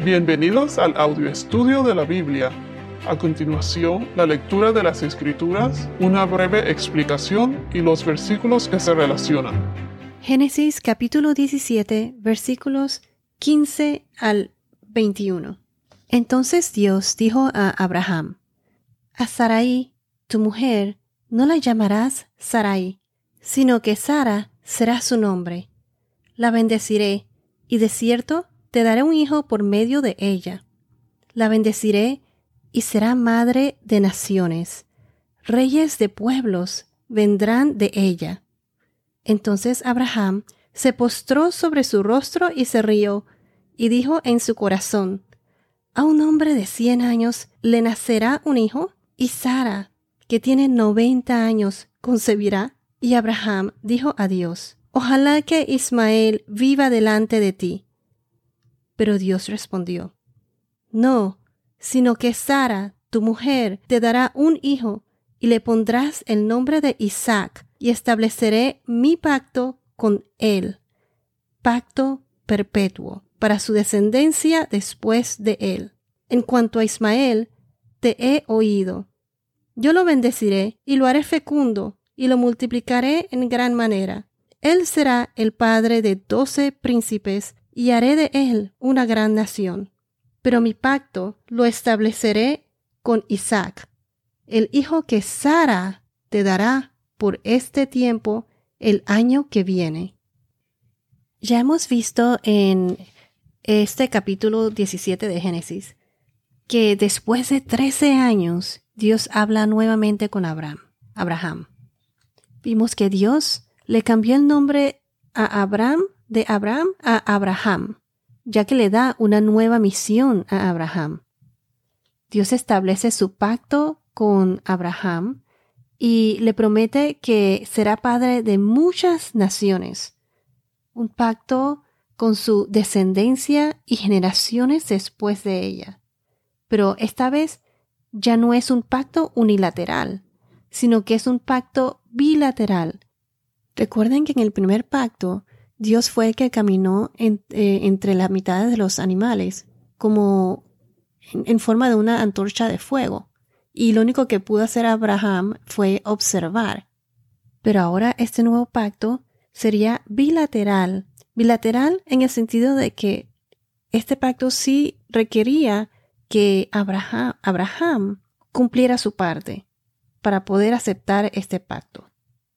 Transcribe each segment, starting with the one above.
Bienvenidos al audio estudio de la Biblia. A continuación, la lectura de las Escrituras, una breve explicación y los versículos que se relacionan. Génesis capítulo 17, versículos 15 al 21. Entonces Dios dijo a Abraham: A Sarai, tu mujer, no la llamarás Sarai, sino que Sara será su nombre. La bendeciré, y de cierto te daré un hijo por medio de ella. La bendeciré y será madre de naciones. Reyes de pueblos vendrán de ella. Entonces Abraham se postró sobre su rostro y se rió, y dijo en su corazón: A un hombre de 100 años le nacerá un hijo, y Sara, que tiene 90 años, concebirá. Y Abraham dijo a Dios: Ojalá que Ismael viva delante de ti. Pero Dios respondió: No, sino que Sara, tu mujer, te dará un hijo, y le pondrás el nombre de Isaac, y estableceré mi pacto con él, pacto perpetuo, para su descendencia después de él. En cuanto a Ismael, te he oído. Yo lo bendeciré, y lo haré fecundo, y lo multiplicaré en gran manera. Él será el padre de 12 príncipes, y haré de él una gran nación. Pero mi pacto lo estableceré con Isaac, el hijo que Sara te dará por este tiempo el año que viene. Ya hemos visto en este capítulo 17 de Génesis que después de 13 años Dios habla nuevamente con Abraham. Vimos que Dios le cambió el nombre a de Abraham a Abraham, ya que le da una nueva misión a Abraham. Dios establece su pacto con Abraham y le promete que será padre de muchas naciones. Un pacto con su descendencia y generaciones después de ella. Pero esta vez ya no es un pacto unilateral, sino que es un pacto bilateral. Recuerden que en el primer pacto Dios fue el que caminó entre las mitades de los animales, como en forma de una antorcha de fuego. Y lo único que pudo hacer Abraham fue observar. Pero ahora este nuevo pacto sería bilateral. Bilateral en el sentido de que este pacto sí requería que Abraham cumpliera su parte para poder aceptar este pacto.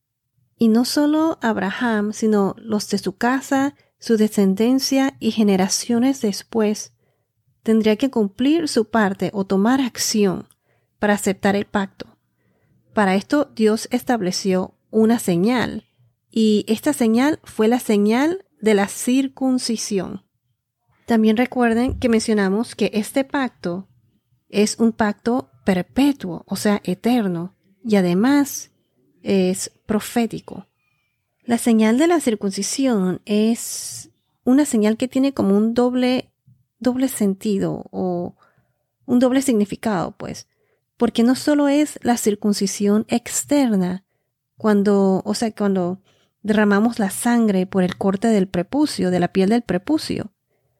Y no solo Abraham, sino los de su casa, su descendencia y generaciones después, tendría que cumplir su parte o tomar acción para aceptar el pacto. Para esto Dios estableció una señal, y esta señal fue la señal de la circuncisión. También recuerden que mencionamos que este pacto es un pacto perpetuo, o sea, eterno, y además es profético. La señal de la circuncisión es una señal que tiene como un doble sentido o un doble significado, pues, porque no solo es la circuncisión externa cuando derramamos la sangre por el corte del prepucio, de la piel del prepucio,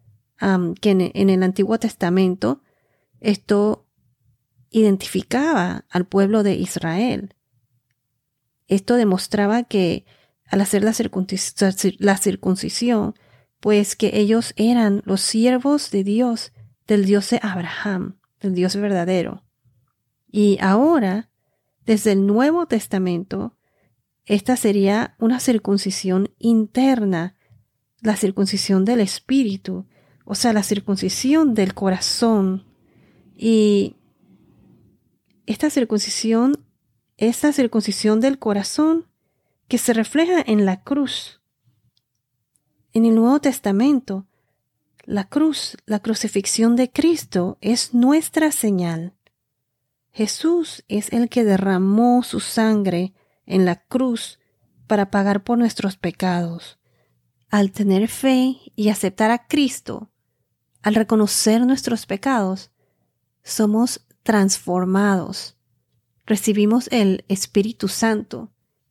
que en el Antiguo Testamento esto identificaba al pueblo de Israel. Esto demostraba que al hacer la circuncisión, pues que ellos eran los siervos de Dios, del Dios de Abraham, del Dios verdadero. Y ahora, desde el Nuevo Testamento, esta sería una circuncisión interna, la circuncisión del espíritu, o sea, la circuncisión del corazón. Y esta circuncisión del corazón que se refleja en la cruz. En el Nuevo Testamento, la cruz, la crucifixión de Cristo es nuestra señal. Jesús es el que derramó su sangre en la cruz para pagar por nuestros pecados. Al tener fe y aceptar a Cristo, al reconocer nuestros pecados, somos transformados. Recibimos el Espíritu Santo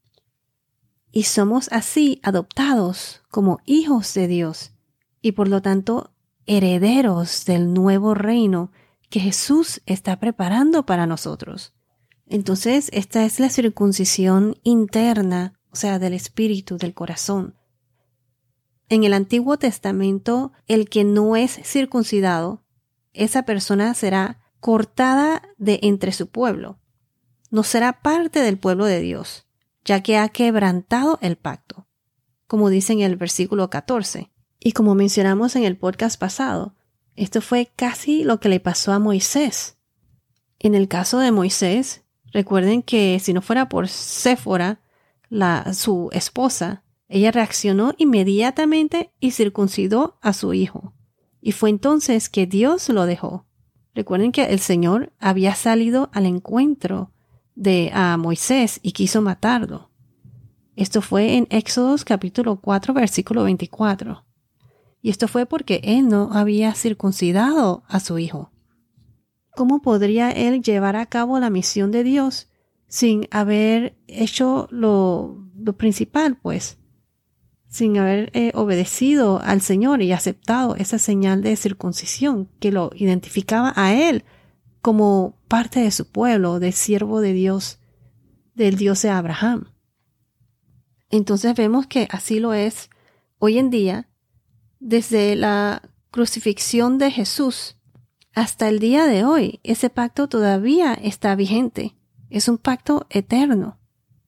y somos así adoptados como hijos de Dios y por lo tanto herederos del nuevo reino que Jesús está preparando para nosotros. Entonces, esta es la circuncisión interna, o sea, del espíritu, del corazón. En el Antiguo Testamento, el que no es circuncidado, esa persona será cortada de entre su pueblo. No será parte del pueblo de Dios, ya que ha quebrantado el pacto, como dice en el versículo 14. Y como mencionamos en el podcast pasado, esto fue casi lo que le pasó a Moisés. En el caso de Moisés, recuerden que si no fuera por Séfora, su esposa, ella reaccionó inmediatamente y circuncidó a su hijo. Y fue entonces que Dios lo dejó. Recuerden que el Señor había salido al encuentro de Moisés y quiso matarlo. Esto fue en Éxodo capítulo 4, versículo 24. Y esto fue porque él no había circuncidado a su hijo. ¿Cómo podría él llevar a cabo la misión de Dios sin haber hecho lo principal, pues? Sin haber obedecido al Señor y aceptado esa señal de circuncisión que lo identificaba a él como parte de su pueblo, de siervo de Dios, del Dios de Abraham. Entonces vemos que así lo es hoy en día, desde la crucifixión de Jesús hasta el día de hoy. Ese pacto todavía está vigente. Es un pacto eterno.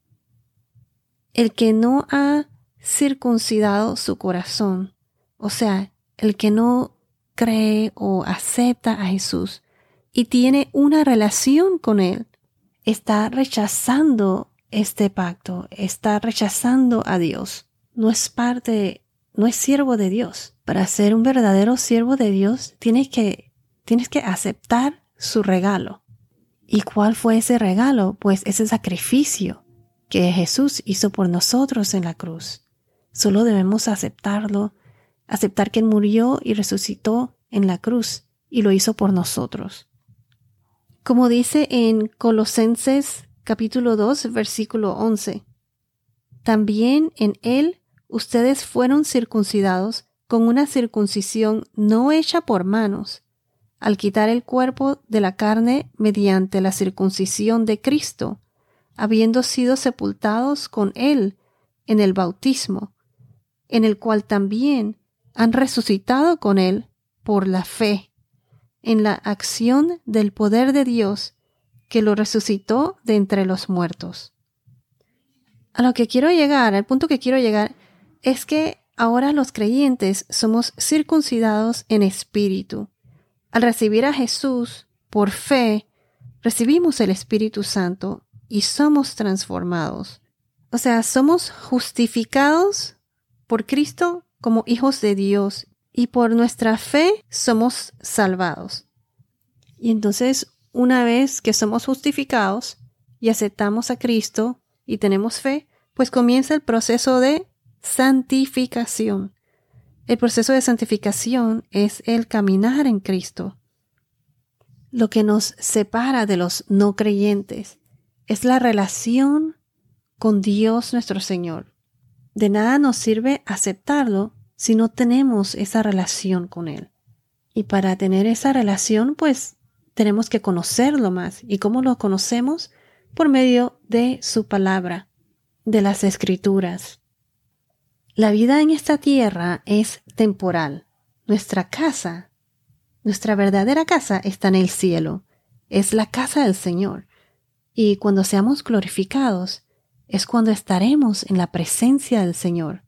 El que no ha circuncidado su corazón, o sea, el que no cree o acepta a Jesús y tiene una relación con Él, está rechazando este pacto, está rechazando a Dios. No es siervo de Dios. Para ser un verdadero siervo de Dios, tienes que aceptar su regalo. ¿Y cuál fue ese regalo? Pues ese sacrificio que Jesús hizo por nosotros en la cruz. Solo debemos aceptarlo, aceptar que Él murió y resucitó en la cruz y lo hizo por nosotros. Como dice en Colosenses capítulo 2, versículo 11, también en Él ustedes fueron circuncidados con una circuncisión no hecha por manos, al quitar el cuerpo de la carne mediante la circuncisión de Cristo, habiendo sido sepultados con Él en el bautismo, en el cual también han resucitado con Él por la fe, en la acción del poder de Dios que lo resucitó de entre los muertos. Al punto que quiero llegar, es que ahora los creyentes somos circuncidados en espíritu. Al recibir a Jesús por fe, recibimos el Espíritu Santo y somos transformados. O sea, somos justificados por Cristo como hijos de Dios y por nuestra fe somos salvados. Y entonces, una vez que somos justificados y aceptamos a Cristo y tenemos fe, pues comienza el proceso de santificación. El proceso de santificación es el caminar en Cristo. Lo que nos separa de los no creyentes es la relación con Dios nuestro Señor. De nada nos sirve aceptarlo si no tenemos esa relación con Él. Y para tener esa relación, pues tenemos que conocerlo más. ¿Y cómo lo conocemos? Por medio de su palabra, de las Escrituras. La vida en esta tierra es temporal. Nuestra casa, nuestra verdadera casa está en el cielo. Es la casa del Señor. Y cuando seamos glorificados, es cuando estaremos en la presencia del Señor.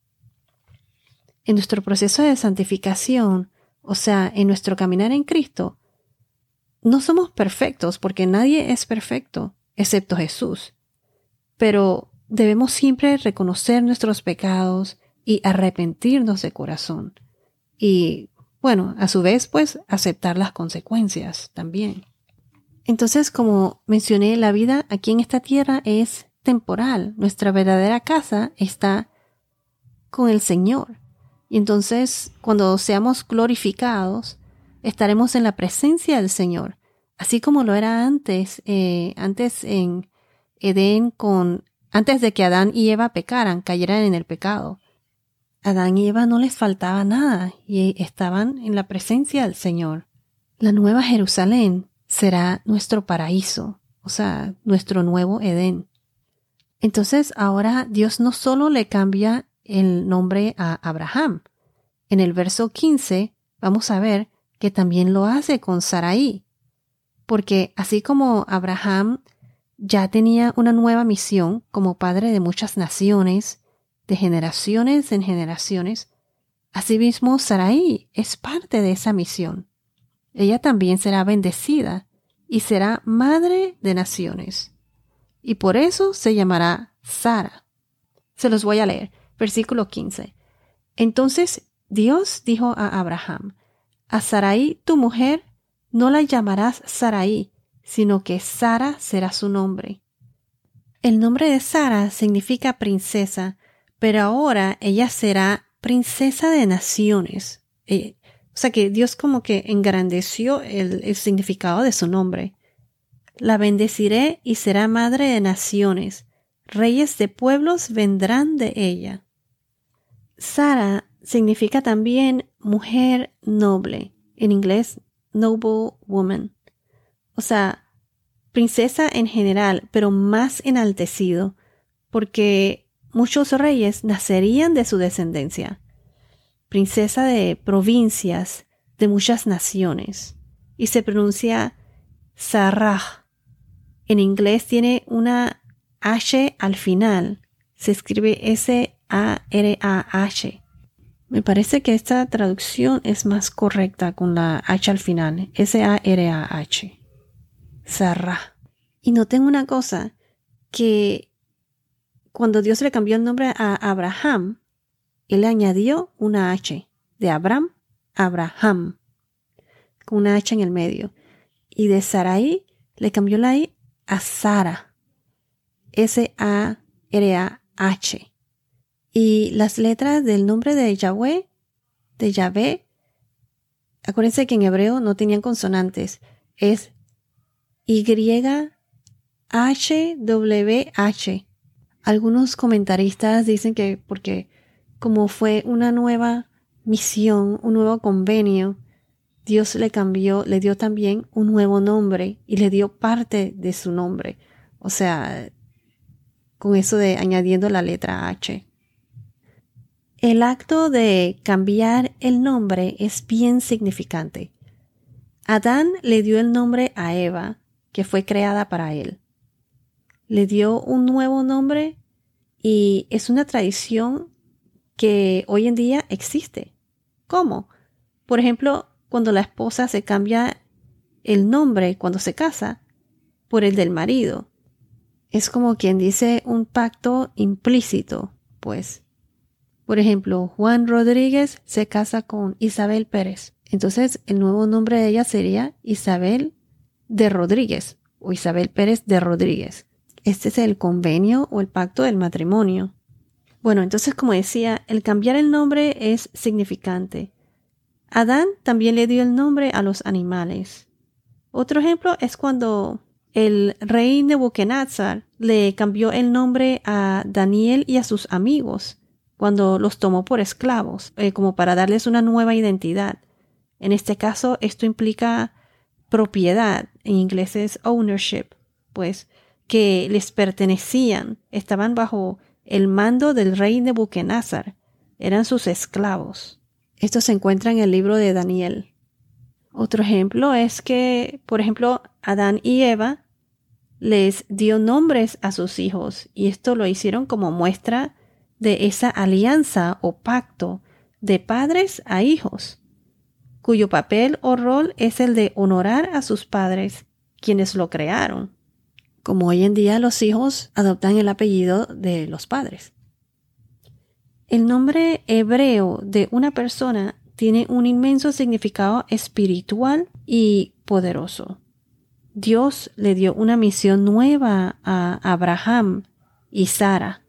En nuestro proceso de santificación, o sea, en nuestro caminar en Cristo, no somos perfectos porque nadie es perfecto, excepto Jesús. Pero debemos siempre reconocer nuestros pecados y arrepentirnos de corazón. Y, bueno, a su vez, pues, aceptar las consecuencias también. Entonces, como mencioné, la vida aquí en esta tierra es temporal. Nuestra verdadera casa está con el Señor. Y entonces, cuando seamos glorificados, estaremos en la presencia del Señor. Así como lo era antes en Edén, antes de que Adán y Eva cayeran en el pecado. Adán y Eva no les faltaba nada y estaban en la presencia del Señor. La nueva Jerusalén será nuestro paraíso, o sea, nuestro nuevo Edén. Entonces ahora Dios no solo le cambia el nombre a Abraham. En el verso 15 vamos a ver que también lo hace con Sarai, porque así como Abraham ya tenía una nueva misión como padre de muchas naciones, de generaciones en generaciones, asimismo Sarai es parte de esa misión. Ella también será bendecida y será madre de naciones. Y por eso se llamará Sara. Se los voy a leer. Versículo 15. Entonces Dios dijo a Abraham, a Sarai tu mujer no la llamarás Sarai, sino que Sara será su nombre. El nombre de Sara significa princesa, pero ahora ella será princesa de naciones. O sea que Dios como que engrandeció el significado de su nombre. La bendeciré y será madre de naciones. Reyes de pueblos vendrán de ella. Sara significa también mujer noble. En inglés, noble woman. O sea, princesa en general, pero más enaltecido, porque muchos reyes nacerían de su descendencia. Princesa de provincias, de muchas naciones. Y se pronuncia Sarah. En inglés tiene una H al final. Se escribe S-A-R-A-H. Me parece que esta traducción es más correcta con la H al final. S-A-R-A-H. Sarah. Y noten una cosa, que cuando Dios le cambió el nombre a Abraham, Él le añadió una H. De Abraham, Abraham. Con una H en el medio. Y de Sarai le cambió la I a Sara. S-A-R-A-H. Y las letras del nombre de Yahweh, acuérdense que en hebreo no tenían consonantes. Es Y-H-W-H. Algunos comentaristas dicen que porque como fue una nueva misión, un nuevo convenio, Dios le dio también un nuevo nombre y le dio parte de su nombre. O sea, con eso de añadiendo la letra H. El acto de cambiar el nombre es bien significante. Adán le dio el nombre a Eva, que fue creada para él. Le dio un nuevo nombre y es una tradición que hoy en día existe. ¿Cómo? Por ejemplo, cuando la esposa se cambia el nombre cuando se casa por el del marido. Es como quien dice un pacto implícito, pues. Por ejemplo, Juan Rodríguez se casa con Isabel Pérez. Entonces, el nuevo nombre de ella sería Isabel de Rodríguez o Isabel Pérez de Rodríguez. Este es el convenio o el pacto del matrimonio. Bueno, entonces, como decía, el cambiar el nombre es significante. Adán también le dio el nombre a los animales. Otro ejemplo es cuando el rey Nebuchadnezzar le cambió el nombre a Daniel y a sus amigos cuando los tomó por esclavos, como para darles una nueva identidad. En este caso, esto implica propiedad, en inglés es ownership, pues, que les pertenecían, estaban bajo el mando del rey Nebuchadnezzar, eran sus esclavos. Esto se encuentra en el libro de Daniel. Otro ejemplo es que, por ejemplo, Adán y Eva les dio nombres a sus hijos y esto lo hicieron como muestra de esa alianza o pacto de padres a hijos, cuyo papel o rol es el de honorar a sus padres, quienes lo crearon, como hoy en día los hijos adoptan el apellido de los padres. El nombre hebreo de una persona tiene un inmenso significado espiritual y poderoso. Dios le dio una misión nueva a Abraham y Sarah.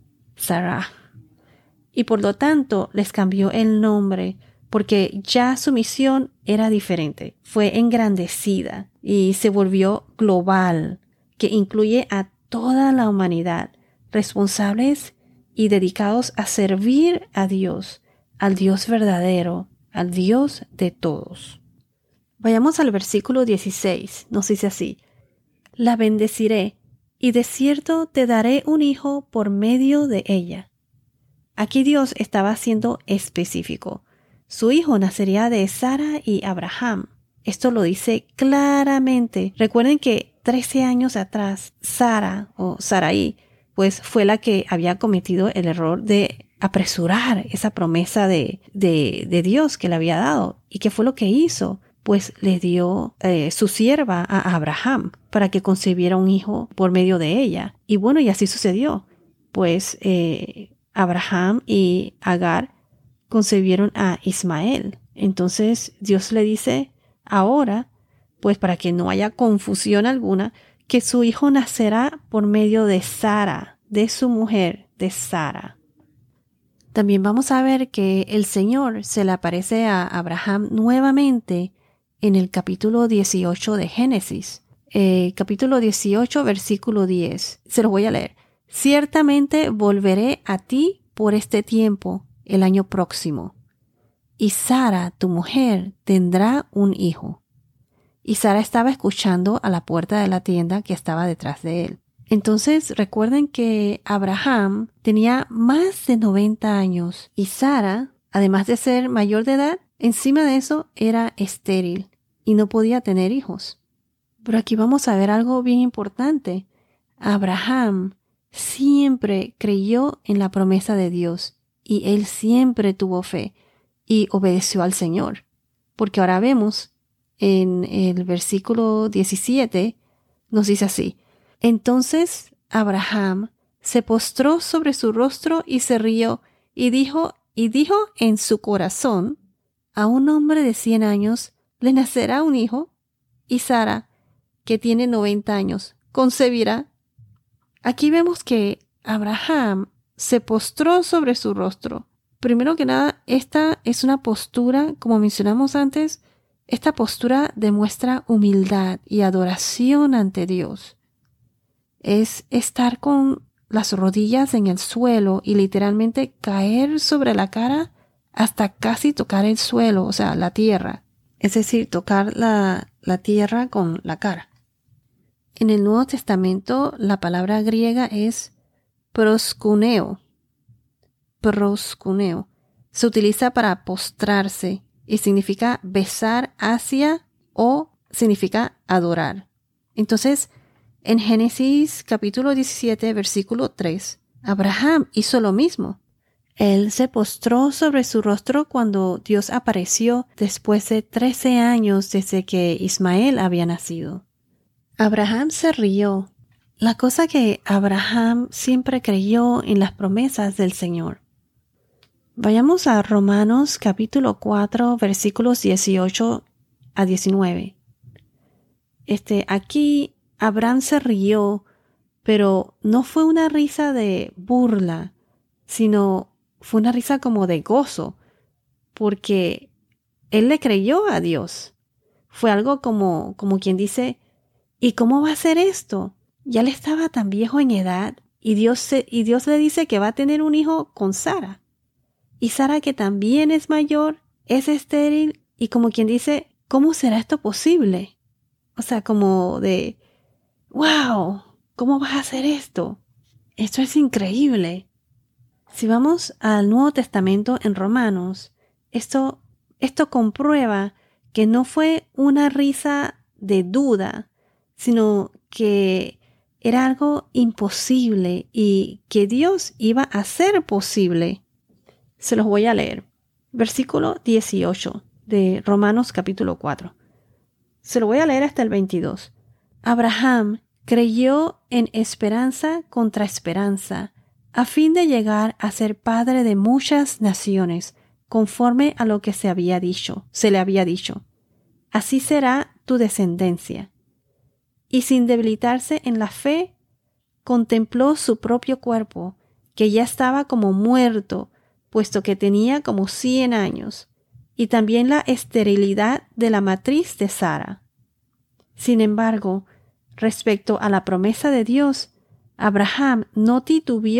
Y por lo tanto les cambió el nombre porque ya su misión era diferente. Fue engrandecida y se volvió global, que incluye a toda la humanidad, responsables y dedicados a servir a Dios, al Dios verdadero, al Dios de todos. Vayamos al versículo 16. Nos dice así: la bendeciré, y de cierto te daré un hijo por medio de ella. Aquí Dios estaba siendo específico. Su hijo nacería de Sara y Abraham. Esto lo dice claramente. Recuerden que 13 años atrás, Sara o Sarai, pues fue la que había cometido el error de apresurar esa promesa de Dios que le había dado. ¿Y qué fue lo que hizo? Pues le dio su sierva a Abraham para que concibiera un hijo por medio de ella. Y bueno, y así sucedió. Pues Abraham y Agar concebieron a Ismael. Entonces Dios le dice ahora, pues para que no haya confusión alguna, que su hijo nacerá por medio de Sara, de su mujer, de Sara. También vamos a ver que el Señor se le aparece a Abraham nuevamente en el capítulo 18 de Génesis. Capítulo 18, versículo 10. Se los voy a leer. Ciertamente volveré a ti por este tiempo, el año próximo, y Sara, tu mujer, tendrá un hijo. Y Sara estaba escuchando a la puerta de la tienda que estaba detrás de él. Entonces recuerden que Abraham tenía más de 90 años y Sara, además de ser mayor de edad, encima de eso era estéril y no podía tener hijos. Pero aquí vamos a ver algo bien importante. Abraham siempre creyó en la promesa de Dios y él siempre tuvo fe y obedeció al Señor. Porque ahora vemos en el versículo 17, nos dice así: entonces Abraham se postró sobre su rostro y se rió y dijo en su corazón: a un hombre de 100 años le nacerá un hijo, y Sara, que tiene 90 años, concebirá. Aquí vemos que Abraham se postró sobre su rostro. Primero que nada, esta es una postura, como mencionamos antes, esta postura demuestra humildad y adoración ante Dios. Es estar con las rodillas en el suelo y literalmente caer sobre la cara hasta casi tocar el suelo, o sea, la tierra. Es decir, tocar la tierra con la cara. En el Nuevo Testamento, la palabra griega es proskuneo. Proskuneo. Se utiliza para postrarse y significa besar hacia o significa adorar. Entonces, en Génesis capítulo 17, versículo 3, Abraham hizo lo mismo. Él se postró sobre su rostro cuando Dios apareció después de 13 años desde que Ismael había nacido. Abraham se rió. La cosa que Abraham siempre creyó en las promesas del Señor. Vayamos a Romanos capítulo 4, versículos 18 a 19. Aquí Abraham se rió, pero no fue una risa de burla, sino fue una risa como de gozo, porque él le creyó a Dios. Fue algo como quien dice: ¿y cómo va a ser esto? Ya él estaba tan viejo en edad y Dios le dice que va a tener un hijo con Sara. Y Sara, que también es mayor, es estéril y como quien dice: ¿cómo será esto posible? O sea, como de ¡wow! ¿Cómo vas a hacer esto? Esto es increíble. Si vamos al Nuevo Testamento en Romanos, esto comprueba que no fue una risa de duda, sino que era algo imposible y que Dios iba a hacer posible. Se los voy a leer. Versículo 18 de Romanos capítulo 4. Se lo voy a leer hasta el 22. Abraham creyó en esperanza contra esperanza, a fin de llegar a ser padre de muchas naciones, conforme a lo que se le había dicho. Así será tu descendencia. Y sin debilitarse en la fe, contempló su propio cuerpo, que ya estaba como muerto, puesto que tenía como 100 años, y también la esterilidad de la matriz de Sara. Sin embargo, respecto a la promesa de Dios, Abraham no titubeó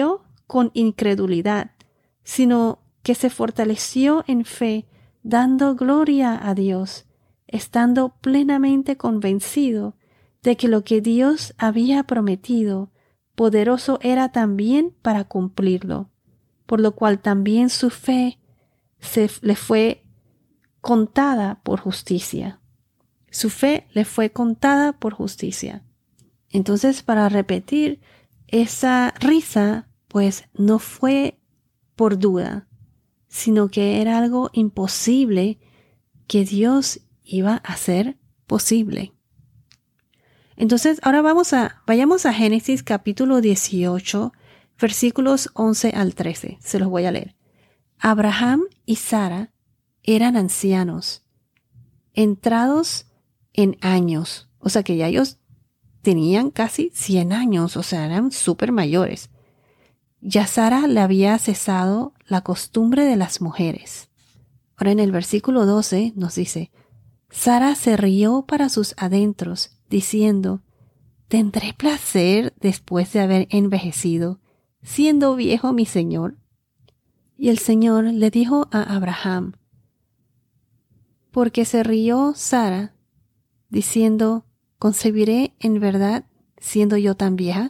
con incredulidad, sino que se fortaleció en fe, dando gloria a Dios, estando plenamente convencido de que lo que Dios había prometido, poderoso era también para cumplirlo, por lo cual también su fe le fue contada por justicia. Su fe le fue contada por justicia. Entonces, para repetir, esa risa, pues, no fue por duda, sino que era algo imposible que Dios iba a hacer posible. Entonces, ahora vayamos a Génesis capítulo 18, versículos 11 al 13. Se los voy a leer. Abraham y Sara eran ancianos, entrados en años, o sea que ya ellos tenían casi 100 años, o sea, eran súper mayores. Ya Sara le había cesado la costumbre de las mujeres. Ahora en el versículo 12 nos dice, Sara se rió para sus adentros, diciendo, ¿tendré placer después de haber envejecido, siendo viejo mi señor? Y el Señor le dijo a Abraham, porque se rió Sara, diciendo, ¿concebiré en verdad siendo yo tan vieja?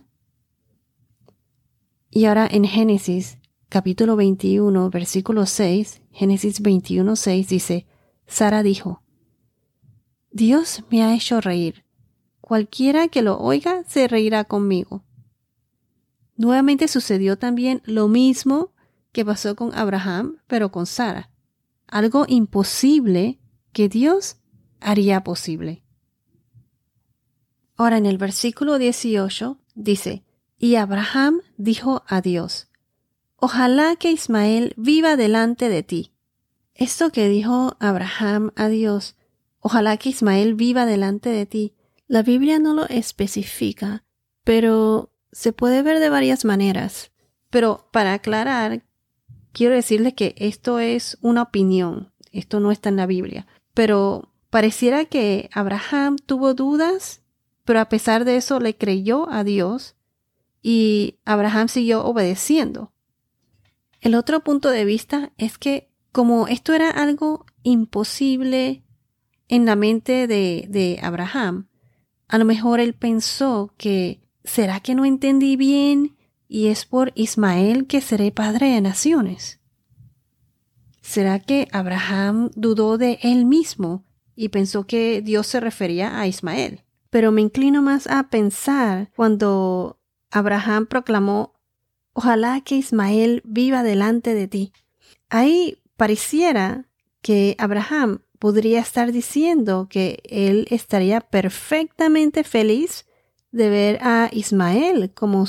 Y ahora en Génesis, capítulo 21, versículo 6, Génesis 21, 6 dice, Sara dijo, Dios me ha hecho reír. Cualquiera que lo oiga se reirá conmigo. Nuevamente sucedió también lo mismo que pasó con Abraham, pero con Sara. Algo imposible que Dios haría posible. Ahora en el versículo 18 dice, y Abraham dijo a Dios, ojalá que Ismael viva delante de ti. Esto que dijo Abraham a Dios, ojalá que Ismael viva delante de ti, la Biblia no lo especifica, pero se puede ver de varias maneras. Pero para aclarar, quiero decirles que esto es una opinión, esto no está en la Biblia. Pero pareciera que Abraham tuvo dudas, pero a pesar de eso le creyó a Dios y Abraham siguió obedeciendo. El otro punto de vista es que como esto era algo imposible en la mente de Abraham, a lo mejor él pensó que ¿será que no entendí bien y es por Ismael que seré padre de naciones? ¿Será que Abraham dudó de él mismo y pensó que Dios se refería a Ismael? Pero me inclino más a pensar cuando Abraham proclamó, ojalá que Ismael viva delante de ti. Ahí pareciera que Abraham podría estar diciendo que él estaría perfectamente feliz de ver a Ismael como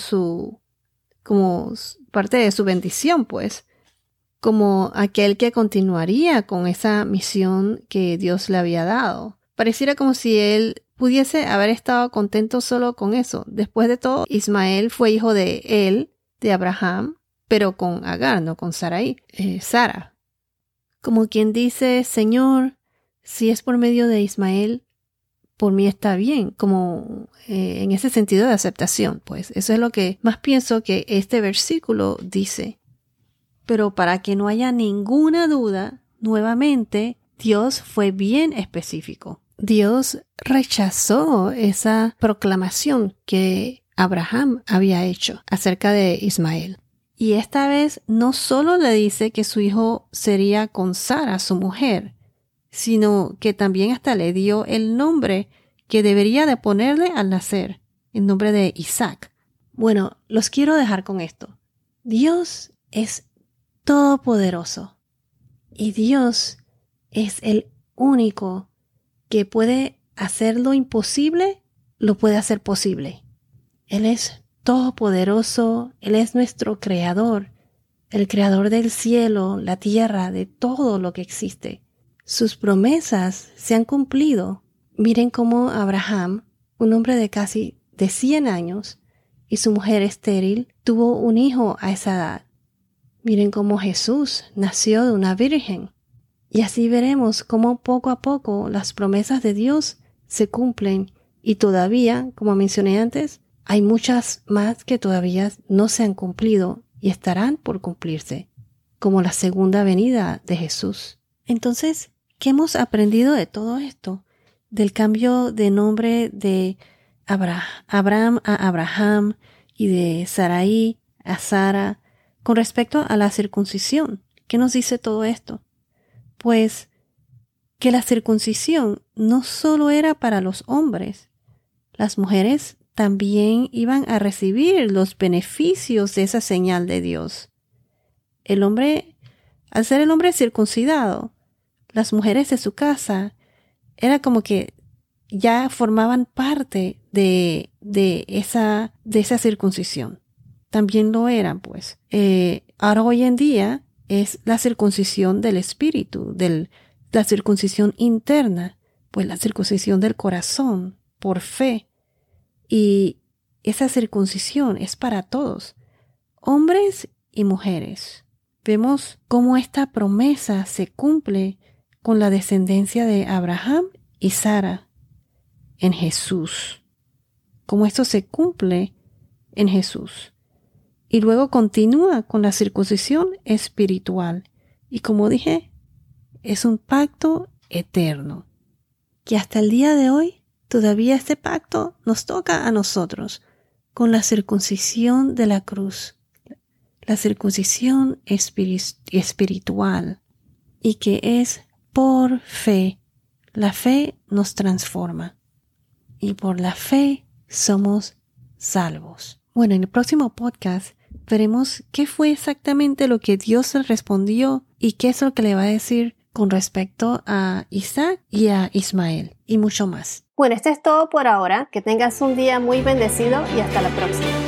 parte de su bendición, pues, como aquel que continuaría con esa misión que Dios le había dado. Pareciera como si él pudiese haber estado contento solo con eso. Después de todo, Ismael fue hijo de él, de Abraham, pero con Agar, no con Sara. Como quien dice, Señor, si es por medio de Ismael, por mí está bien, como en ese sentido de aceptación, pues. Eso es lo que más pienso que este versículo dice. Pero para que no haya ninguna duda, nuevamente, Dios fue bien específico. Dios rechazó esa proclamación que Abraham había hecho acerca de Ismael. Y esta vez no solo le dice que su hijo sería con Sara, su mujer, sino que también hasta le dio el nombre que debería de ponerle al nacer, el nombre de Isaac. Bueno, los quiero dejar con esto. Dios es todopoderoso y Dios es el único que puede hacer lo imposible, lo puede hacer posible. Él es todopoderoso, Él es nuestro creador, el creador del cielo, la tierra, de todo lo que existe. Sus promesas se han cumplido. Miren cómo Abraham, un hombre de casi 100 años, y su mujer estéril, tuvo un hijo a esa edad. Miren cómo Jesús nació de una virgen. Y así veremos cómo poco a poco las promesas de Dios se cumplen y todavía, como mencioné antes, hay muchas más que todavía no se han cumplido y estarán por cumplirse, como la segunda venida de Jesús. Entonces, ¿qué hemos aprendido de todo esto? Del cambio de nombre de Abraham a Abraham y de Sarai a Sara con respecto a la circuncisión. ¿Qué nos dice todo esto? Pues que la circuncisión no solo era para los hombres, las mujeres también iban a recibir los beneficios de esa señal de Dios. El hombre, al ser el hombre circuncidado, las mujeres de su casa, era como que ya formaban parte de esa circuncisión. También lo eran, pues. Ahora hoy en día es la circuncisión del espíritu, la circuncisión interna, pues la circuncisión del corazón, por fe. Y esa circuncisión es para todos, hombres y mujeres. Vemos cómo esta promesa se cumple con la descendencia de Abraham y Sara en Jesús. Cómo esto se cumple en Jesús. Y luego continúa con la circuncisión espiritual. Y como dije, es un pacto eterno. Que hasta el día de hoy, todavía este pacto nos toca a nosotros con la circuncisión de la cruz. La circuncisión espiritual. Y que es por fe. La fe nos transforma. Y por la fe somos salvos. Bueno, en el próximo podcast veremos qué fue exactamente lo que Dios le respondió y qué es lo que le va a decir con respecto a Isaac y a Ismael y mucho más. Bueno, esto es todo por ahora. Que tengas un día muy bendecido y hasta la próxima.